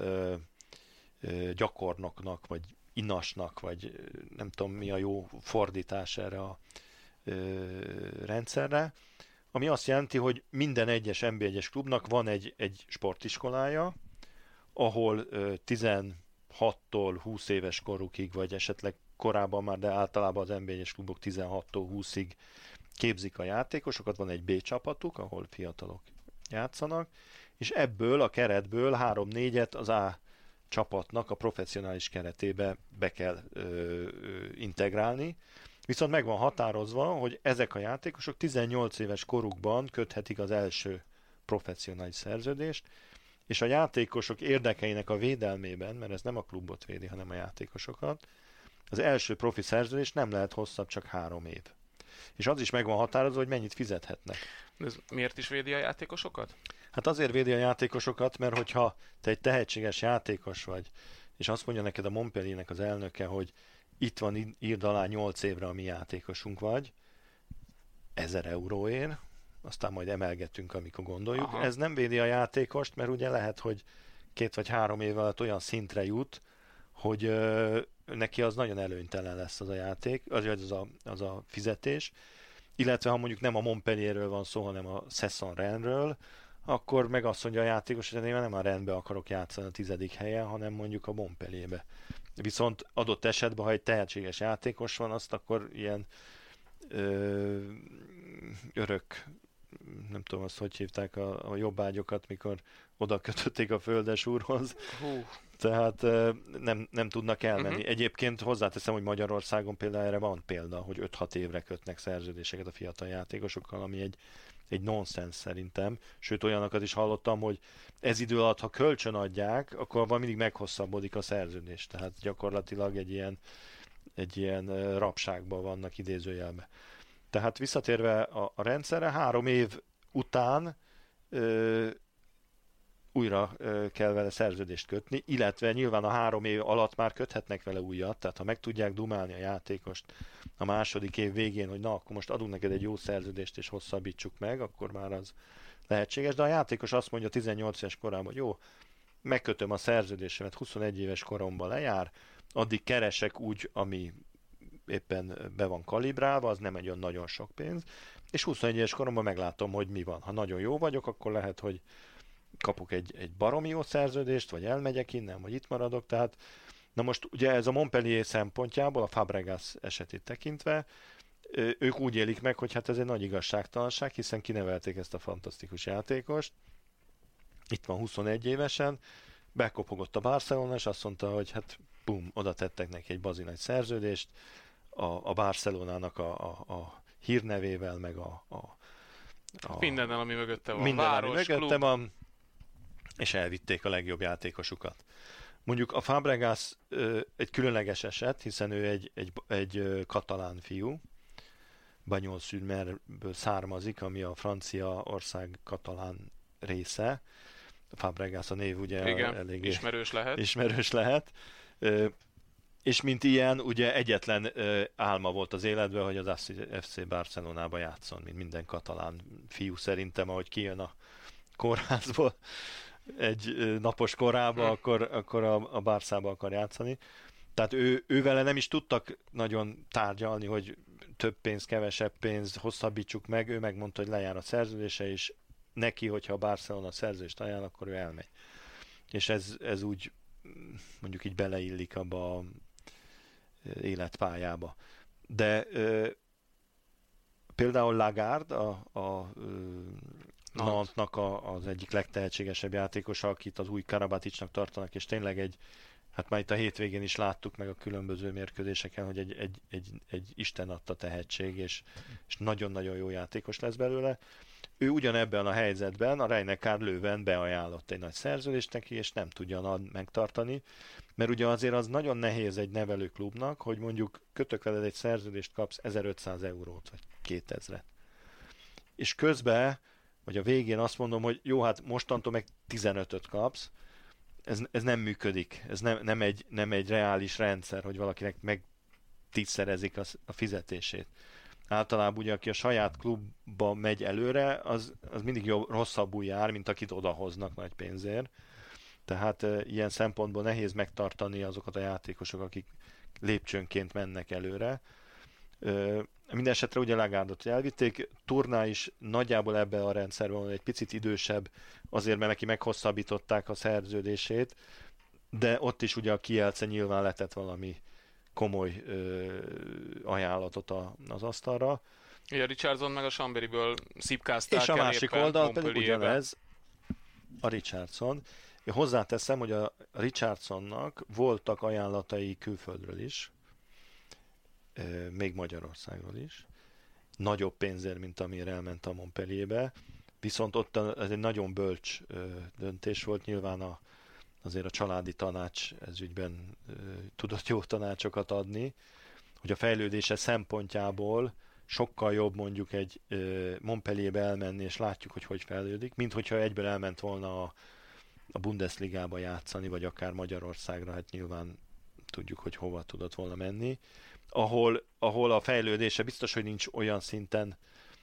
gyakornoknak, vagy inasnak, vagy nem tudom mi a jó fordítás erre a rendszerre, ami azt jelenti, hogy minden egyes NB1-es klubnak van egy sportiskolája, ahol 16-tól 20 éves korukig, vagy esetleg korábban már, de általában az NB1-es klubok 16-tól 20-ig képzik a játékosokat, van egy B csapatuk, ahol fiatalok játszanak, és ebből a keretből 3-4-et az A csapatnak a professzionális keretébe be kell integrálni. Viszont meg van határozva, hogy ezek a játékosok 18 éves korukban köthetik az első professzionális szerződést, és a játékosok érdekeinek a védelmében, mert ez nem a klubot védi, hanem a játékosokat, az első profi szerződés nem lehet hosszabb, csak 3 év. És az is meg van határozva, hogy mennyit fizethetnek. Ez miért is védi a játékosokat? Hát azért védi a játékosokat, mert hogyha te egy tehetséges játékos vagy, és azt mondja neked a Montpelliernek az elnöke, hogy itt van, írd alá 8 évre a mi játékosunk vagy, 1000 euróért, aztán majd emelgetünk, amikor gondoljuk. Aha. Ez nem védi a játékost, mert ugye lehet, hogy 2 vagy 3 év alatt olyan szintre jut, hogy neki az nagyon előnytelen lesz az a játék, az a fizetés, illetve ha mondjuk nem a Montpellierről van szó, hanem a Cesson-Rennesről, akkor meg azt mondja a játékos, hogy én nem a Rennesbe akarok játszani a 10. helyen, hanem mondjuk a Montpellierbe. Viszont adott esetben, ha egy tehetséges játékos van, azt akkor ilyen örök, nem tudom azt, hogy hívták a jobbágyokat, mikor oda kötötték a földes úrhoz. Tehát nem tudnak elmenni. Egyébként hozzáteszem, hogy Magyarországon például erre van példa, hogy 5-6 évre kötnek szerződéseket a fiatal játékosokkal, ami egy nonsens szerintem. Sőt, olyanokat is hallottam, hogy ez idő alatt, ha kölcsön adják, akkor van mindig meghosszabbodik a szerződés. Tehát gyakorlatilag egy ilyen rabságban vannak idézőjelben. Tehát visszatérve a rendszerre, 3 év után újra kell vele szerződést kötni, illetve nyilván a 3 év alatt már köthetnek vele újat, tehát ha meg tudják dumálni a játékost a második év végén, hogy na, akkor most adunk neked egy jó szerződést és hosszabbítsuk meg, akkor már az lehetséges, de a játékos azt mondja 18 éves korában, hogy jó, megkötöm a szerződésemet, 21 éves koromban lejár, addig keresek úgy, ami éppen be van kalibrálva, az nem egy olyan nagyon sok pénz, és 21 éves koromban meglátom, hogy mi van. Ha nagyon jó vagyok, akkor lehet, hogy kapok egy baromi jó szerződést, vagy elmegyek innen, vagy itt maradok. Tehát, na most ugye ez a Montpellier szempontjából, a Fabregas esetét tekintve, ők úgy élik meg, hogy hát ez egy nagy igazságtalanság, hiszen kinevelték ezt a fantasztikus játékost. Itt van 21 évesen, bekopogott a Barcelona, és azt mondta, hogy hát bum, oda tettek neki egy bazi nagy szerződést, a Barcelonának a hírnevével, meg mindennel, ami mögötte van. Minden, ami mögötte van, és elvitték a legjobb játékosukat. Mondjuk a Fabregas egy különleges eset, hiszen ő egy katalán fiú, Bagnols-sur-Merből származik, ami a Franciaország katalán része. A Fabregas a név ugye elég ismerős lehet. És mint ilyen, ugye egyetlen álma volt az életben, hogy az FC Barcelonába játszon, mint minden katalán fiú szerintem, ahogy kijön a kórházból egy napos korába, akkor a Barszába akar játszani. Tehát ő vele nem is tudtak nagyon tárgyalni, hogy több pénz, kevesebb pénz, hosszabbítsuk meg. Ő megmondta, hogy lejár a szerződése, és neki, hogyha a Barcelona szerződést ajánl, akkor ő elmegy. És ez úgy mondjuk így beleillik abba a életpályába. De például Lagarde, a Nantes-nak az egyik legtehetségesebb játékosa, akit az új Karabaticsnak tartanak, és tényleg hát már itt a hétvégén is láttuk meg a különböző mérkőzéseken, hogy egy Isten adta tehetség, és nagyon-nagyon jó játékos lesz belőle. Ő ugyanebben a helyzetben a Rhein-Neckar Löwen beajánlott egy nagy szerződést neki, és nem tudja megtartani, mert ugye azért az nagyon nehéz egy nevelőklubnak, hogy mondjuk kötök veled egy szerződést, kapsz 1500 eurót, vagy 2000-et. És közben, vagy a végén azt mondom, hogy jó, hát mostantól meg 15-öt kapsz, ez nem működik. Ez nem egy reális rendszer, hogy valakinek meg 10-szerezik a fizetését. Általában ugye, aki a saját klubba megy előre, az mindig rosszabbul jár, mint akit odahoznak nagy pénzért. Tehát ilyen szempontból nehéz megtartani azokat a játékosok, akik lépcsőnként mennek előre. Mindenesetre ugye Lagardot elvitték, Tourna is nagyjából ebben a rendszerben van, egy picit idősebb, azért mert neki meghosszabbították a szerződését, de ott is ugye a Kielce nyilván letett valami komoly ajánlatot az asztalra. Igen, Richardson meg a Chambéryből szipkázták. És a másik oldal pedig ugyanez, a Richardson. Én hozzáteszem, hogy a Richardsonnak voltak ajánlatai külföldről is, még Magyarországról is. Nagyobb pénzért, mint amire elment a Montpellierbe. Viszont ott ez egy nagyon bölcs döntés volt. Nyilván azért a családi tanács ez ügyben tudott jó tanácsokat adni, hogy a fejlődése szempontjából sokkal jobb mondjuk egy Montpellierbe elmenni, és látjuk, hogy fejlődik, mint hogyha egyből elment volna a Bundesligába játszani, vagy akár Magyarországra, hát nyilván tudjuk, hogy hova tudott volna menni, ahol a fejlődése biztos, hogy nincs olyan szinten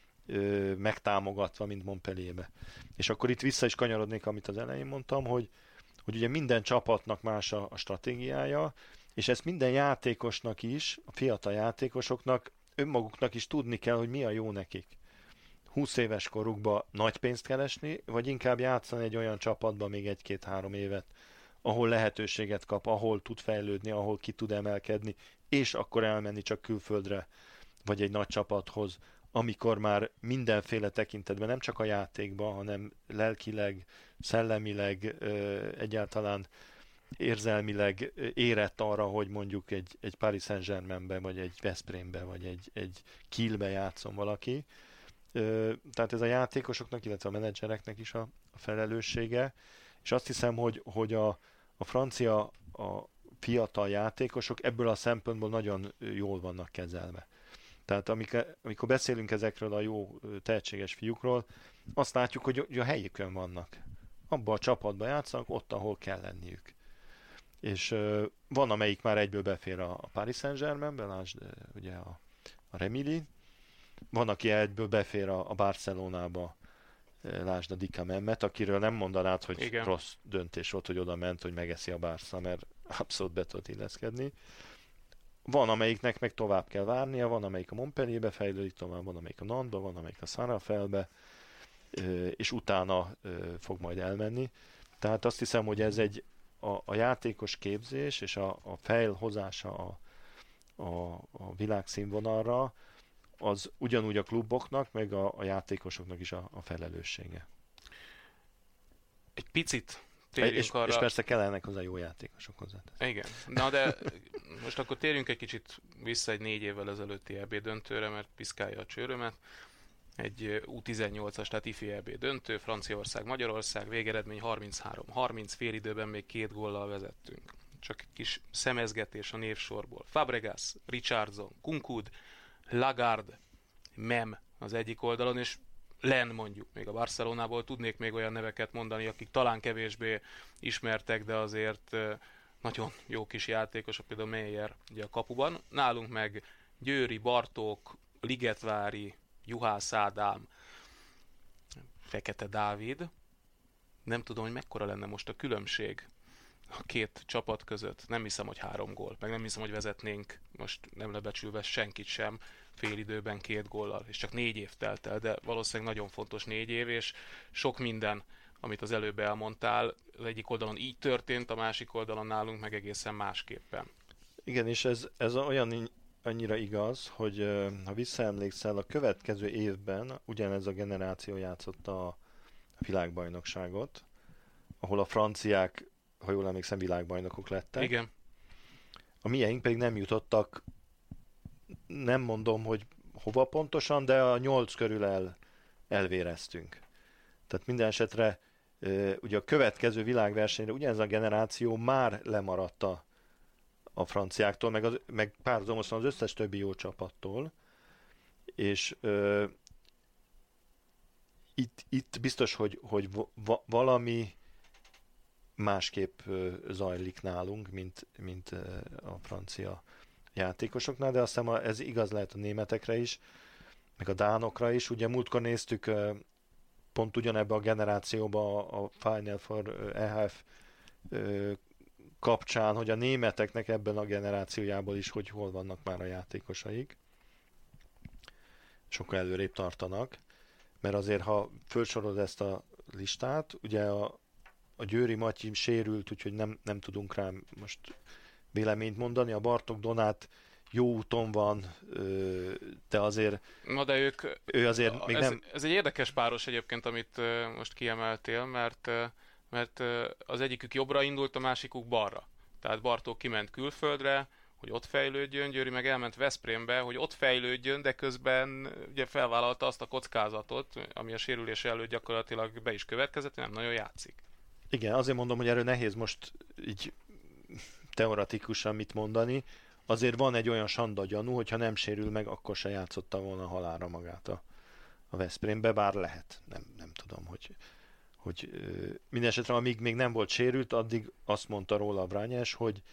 megtámogatva, mint Montpellierbe. És akkor itt vissza is kanyarodnék, amit az elején mondtam, hogy ugye minden csapatnak más a stratégiája, és ezt minden játékosnak is, a fiatal játékosoknak, önmaguknak is tudni kell, hogy mi a jó nekik. 20 éves korukban nagy pénzt keresni, vagy inkább játszani egy olyan csapatban még 1-2-3 évet, ahol lehetőséget kap, ahol tud fejlődni, ahol ki tud emelkedni, és akkor elmenni csak külföldre, vagy egy nagy csapathoz, amikor már mindenféle tekintetben, nem csak a játékban, hanem lelkileg, szellemileg, egyáltalán érzelmileg érett arra, hogy mondjuk egy Paris Saint-Germainbe, vagy egy Veszprémbe, vagy egy Kielbe játszon valaki. Tehát ez a játékosoknak, illetve a menedzsereknek is a felelőssége, és azt hiszem, hogy a francia a fiatal játékosok ebből a szempontból nagyon jól vannak kezelve. Tehát amikor beszélünk ezekről a jó tehetséges fiúkról, azt látjuk, hogy a helyükön vannak. Abban a csapatban játszanak, ott, ahol kell lenniük. És van, amelyik már egyből befér a Paris Saint-Germainbe, lásd ugye a Remili, van, aki egyből befér a Barcelonába, lásd a Dika Memmet, akiről nem mondanád, hogy igen, rossz döntés volt, hogy oda ment, hogy megeszi a Barca, mert abszolút be tudott illeszkedni. Van, amelyiknek meg tovább kell várnia, van, amelyik a Montpellierbe fejlődik tovább, van, amelyik a Nantesba, van, amelyik a Saint-Raphaelbe, és utána fog majd elmenni. Tehát azt hiszem, hogy ez a játékos képzés és a felhozása a világszínvonalra, az ugyanúgy a kluboknak, meg a játékosoknak is a felelőssége. Egy picit térjünk arra... És persze kellenek hozzá jó játékosok hozzá. Igen. Na de most akkor térjünk egy kicsit vissza egy 4 évvel ezelőtti EB döntőre, mert piszkálja a csőrömet. egy U18-as, tehát IFI EB döntő, Franciaország-Magyarország, végeredmény 33-30, félidőben még 2 góllal vezettünk. Csak egy kis szemezgetés a névsorból. Fabregas, Richardson, Kunkud, Lagarde, Mem az egyik oldalon, és Len mondjuk, még a Barcelonából tudnék még olyan neveket mondani, akik talán kevésbé ismertek, de azért nagyon jó kis játékosok, például Meyer ugye a kapuban. Nálunk meg Győri, Bartók, Ligetvári, Juhász Ádám, Fekete Dávid. Nem tudom, hogy mekkora lenne most a különbség a 2 csapat között. Nem hiszem, hogy 3 gól, meg nem hiszem, hogy vezetnénk, most nem lebecsülve senkit sem, fél időben 2 góllal, és csak 4 év telt el, de valószínűleg nagyon fontos 4 év, és sok minden, amit az előbb elmondtál, az egyik oldalon így történt, a másik oldalon nálunk meg egészen másképpen. Igen, és ez olyan annyira igaz, hogy ha visszaemlékszel, a következő évben ugyanez a generáció játszotta a világbajnokságot, ahol a franciák, ha jól emlékszem, világbajnokok lettek. Igen. A miénk pedig nem jutottak, nem mondom, hogy hova pontosan, de a 8 körül elvéreztünk. Tehát minden esetre ugye a következő világversenyre ugyanez a generáció már lemaradt a franciáktól, meg párhuzamosan az összes többi jó csapattól, és itt biztos, hogy valami másképp zajlik nálunk, mint a francia játékosoknál, de azt hiszem ez igaz lehet a németekre is, meg a dánokra is. Ugye múltkor néztük pont ugyanebben a generációban a Final Four EHF kapcsán, hogy a németeknek ebben a generációjából is, hogy hol vannak már a játékosaik. Sokkal előrébb tartanak, mert azért, ha felsorolod ezt a listát, ugye a Győri Matyi sérült, úgyhogy nem tudunk rá most véleményt mondani. A Bartók Donát jó úton van, de azért... Na de ő azért még nem... Ez egy érdekes páros egyébként, amit most kiemeltél, mert az egyikük jobbra indult, a másikuk balra. Tehát Bartók kiment külföldre, hogy ott fejlődjön, Győri meg elment Veszprémbe, hogy ott fejlődjön, de közben ugye felvállalta azt a kockázatot, ami a sérülés előtt gyakorlatilag be is következett, nem nagyon játszik. Igen, azért mondom, hogy erről nehéz most így teoretikusan mit mondani. Azért van egy olyan sanda gyanú, hogyha nem sérül meg, akkor se játszotta volna halálra magát a Veszprémbe, bár lehet. Nem tudom, hogy minden esetre, amíg még nem volt sérült, addig azt mondta róla a Brányás, hogy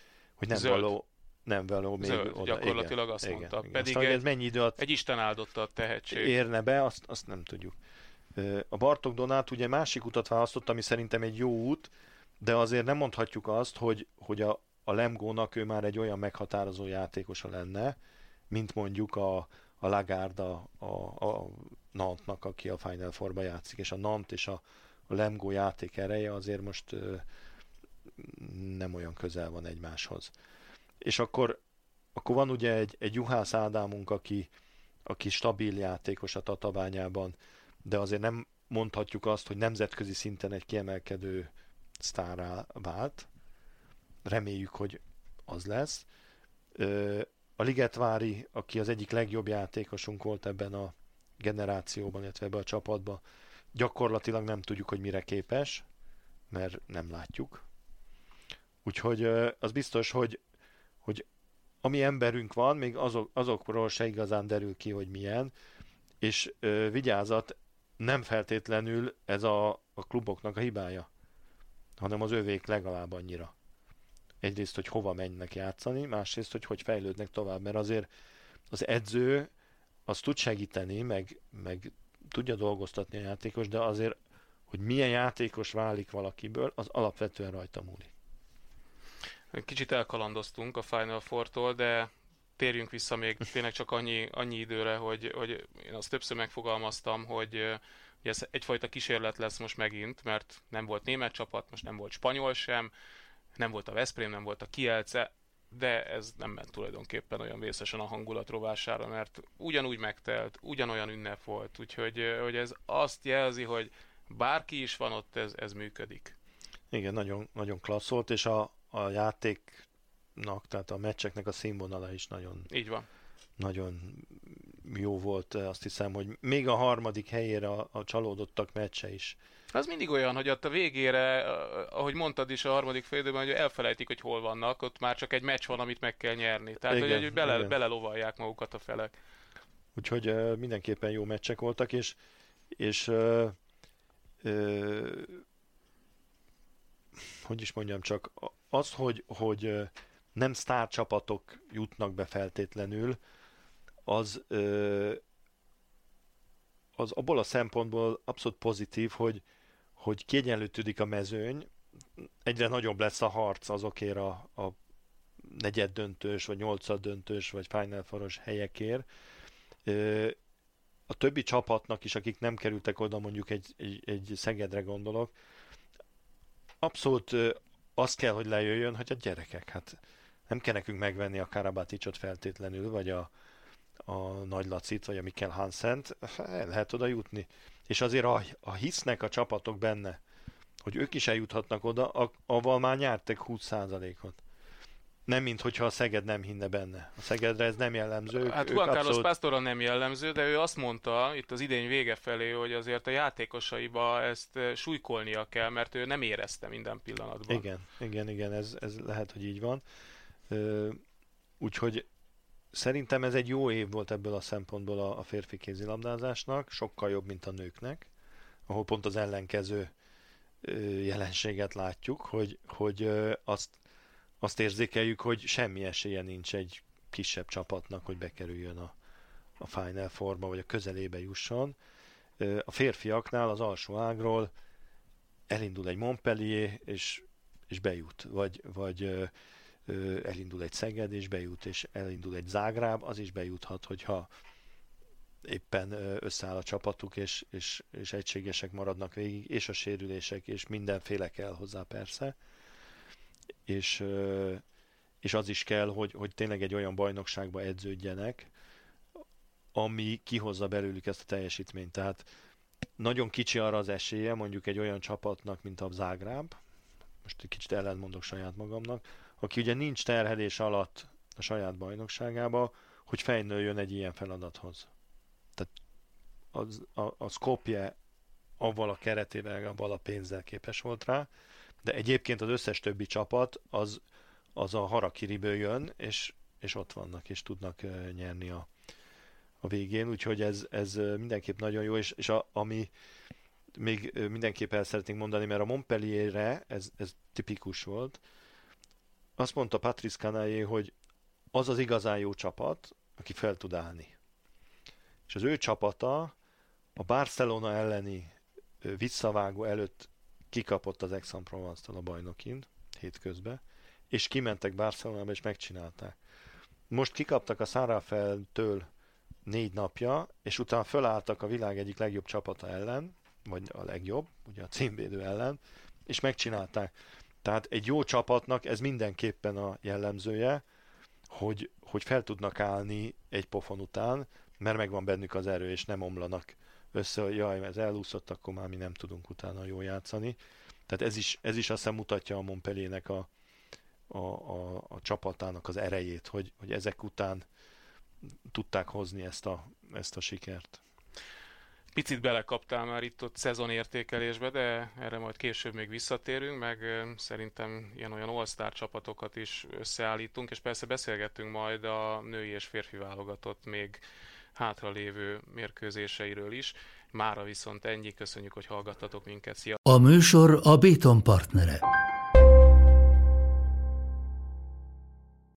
nem való még Zöld, oda. gyakorlatilag igen, azt igen, mondta. Igen. Pedig ez mennyi idő alatt egy Isten áldotta a tehetség. Érne be, azt nem tudjuk. A Bartók Donát ugye másik utat választott, ami szerintem egy jó út, de azért nem mondhatjuk azt, hogy a Lemgónak ő már egy olyan meghatározó játékosa lenne, mint mondjuk a Lagarde a Nantnak, aki a Final Fourba játszik, és a Nant és a Lemgó játék ereje azért most nem olyan közel van egymáshoz. És akkor van ugye egy Juhász Ádámunk, aki stabil játékos a Tatabányában, de azért nem mondhatjuk azt, hogy nemzetközi szinten egy kiemelkedő sztárrá vált. Reméljük, hogy az lesz. A Ligetvári, aki az egyik legjobb játékosunk volt ebben a generációban, illetve ebben a csapatban, gyakorlatilag nem tudjuk, hogy mire képes, mert nem látjuk. Úgyhogy az biztos, hogy ami emberünk van, még azokról se igazán derül ki, hogy milyen, és vigyázat, nem feltétlenül ez a kluboknak a hibája, hanem az övék legalább annyira. Egyrészt, hogy hova mennek játszani, másrészt, hogy fejlődnek tovább, mert azért az edző az tud segíteni, meg tudja dolgoztatni a játékos, de azért, hogy milyen játékos válik valakiből, az alapvetően rajta múlik. Kicsit elkalandoztunk a Final Four-tól, de térjünk vissza még tényleg csak annyi időre, hogy én azt többször megfogalmaztam, hogy ez egyfajta kísérlet lesz most megint, mert nem volt német csapat, most nem volt spanyol sem, nem volt a Veszprém, nem volt a Kielce, de ez nem ment tulajdonképpen olyan vészesen a hangulat rovására, mert ugyanúgy megtelt, ugyanolyan ünnep volt, úgyhogy hogy ez azt jelzi, hogy bárki is van ott, ez működik. Igen, nagyon, nagyon klassz volt, és a játéknak, tehát a meccseknek a színvonala is nagyon, így van. nagyon jó volt, azt hiszem, hogy még a harmadik helyére a csalódottak meccse is. Az mindig olyan, hogy ott a végére, ahogy mondtad is a harmadik félidőben, hogy elfelejtik, hogy hol vannak, ott már csak egy meccs van, amit meg kell nyerni. Tehát, igen, hogy belelovalják magukat a felek. Úgyhogy mindenképpen jó meccsek voltak, és hogy is mondjam, csak az, hogy nem sztárcsapatok jutnak be feltétlenül, az abból a szempontból abszolút pozitív, hogy kiegyenlítődik a mezőny, egyre nagyobb lesz a harc azokért a negyeddöntős, vagy nyolcaddöntős, vagy Final Four-os helyekért. A többi csapatnak is, akik nem kerültek oda, mondjuk egy Szegedre gondolok, abszolút azt kell, hogy lejöjjön, hogy a gyerekek, hát nem kell nekünk megvenni a Karabaticsot feltétlenül, vagy a Nagy Lacit, vagy a Mikkel Hansent, el lehet oda jutni. És azért ha hisznek a csapatok benne, hogy ők is eljuthatnak oda, avval már nyertek 20%-ot. Nem, mint hogyha a Szeged nem hinne benne. A Szegedre ez nem jellemző. Hát Juan Carlos Pastorra nem jellemző, de ő azt mondta itt az idény vége felé, hogy azért a játékosaiba ezt súlykolnia kell, mert ő nem érezte minden pillanatban. Igen, ez lehet, hogy így van. Úgyhogy szerintem ez egy jó év volt ebből a szempontból a férfi kézilabdázásnak, sokkal jobb, mint a nőknek, ahol pont az ellenkező jelenséget látjuk, hogy azt érzékeljük, hogy semmi esélye nincs egy kisebb csapatnak, hogy bekerüljön a Final Fourba, vagy a közelébe jusson. A férfiaknál az alsó ágról elindul egy Montpellier, és bejut, vagy elindul egy Szeged, és bejut, és elindul egy Zágráb, az is bejuthat, hogyha éppen összeáll a csapatuk, és egységesek maradnak végig, és a sérülések, és mindenféle kell hozzá persze. És az is kell, hogy tényleg egy olyan bajnokságba edződjenek, ami kihozza belőlük ezt a teljesítményt. Tehát nagyon kicsi arra az esélye, mondjuk egy olyan csapatnak, mint a Zágráb, most egy kicsit ellentmondok saját magamnak, aki ugye nincs terhelés alatt a saját bajnokságába, hogy fejnőjön egy ilyen feladathoz. Tehát a Skopje avval a keretével, avval a pénzzel képes volt rá, de egyébként az összes többi csapat az a harakiriből jön, és ott vannak, és tudnak nyerni a végén, úgyhogy ez mindenképp nagyon jó, és ami még mindenképp el szeretnénk mondani, mert a Montpellierre ez tipikus volt. Azt mondta Patrice Canaillé, hogy az az igazán jó csapat, aki fel tud állni. És az ő csapata a Barcelona elleni visszavágó előtt kikapott az Aix-en-Provence-tól a bajnokin hétközben, és kimentek Barcelonába, és megcsinálták. Most kikaptak a San Rafael-től 4 napja, és utána fölálltak a világ egyik legjobb csapata ellen, vagy a legjobb, ugye a címvédő ellen, és megcsinálták. Tehát egy jó csapatnak ez mindenképpen a jellemzője, hogy fel tudnak állni egy pofon után, mert megvan bennük az erő, és nem omlanak össze, hogy jaj, ez elúszott, akkor már mi nem tudunk utána jól játszani. Tehát ez is azt hiszem mutatja a Montpelliernek a csapatának az erejét, hogy ezek után tudták hozni ezt a sikert. Picit belekaptál már itt ott szezonértékelésbe, de erre majd később még visszatérünk, meg szerintem ilyen-olyan all-star csapatokat is összeállítunk, és persze beszélgetünk majd a női és férfi válogatott még hátralévő mérkőzéseiről is. Mára viszont ennyi, köszönjük, hogy hallgattatok minket. Szia! A műsor a Béton partnere.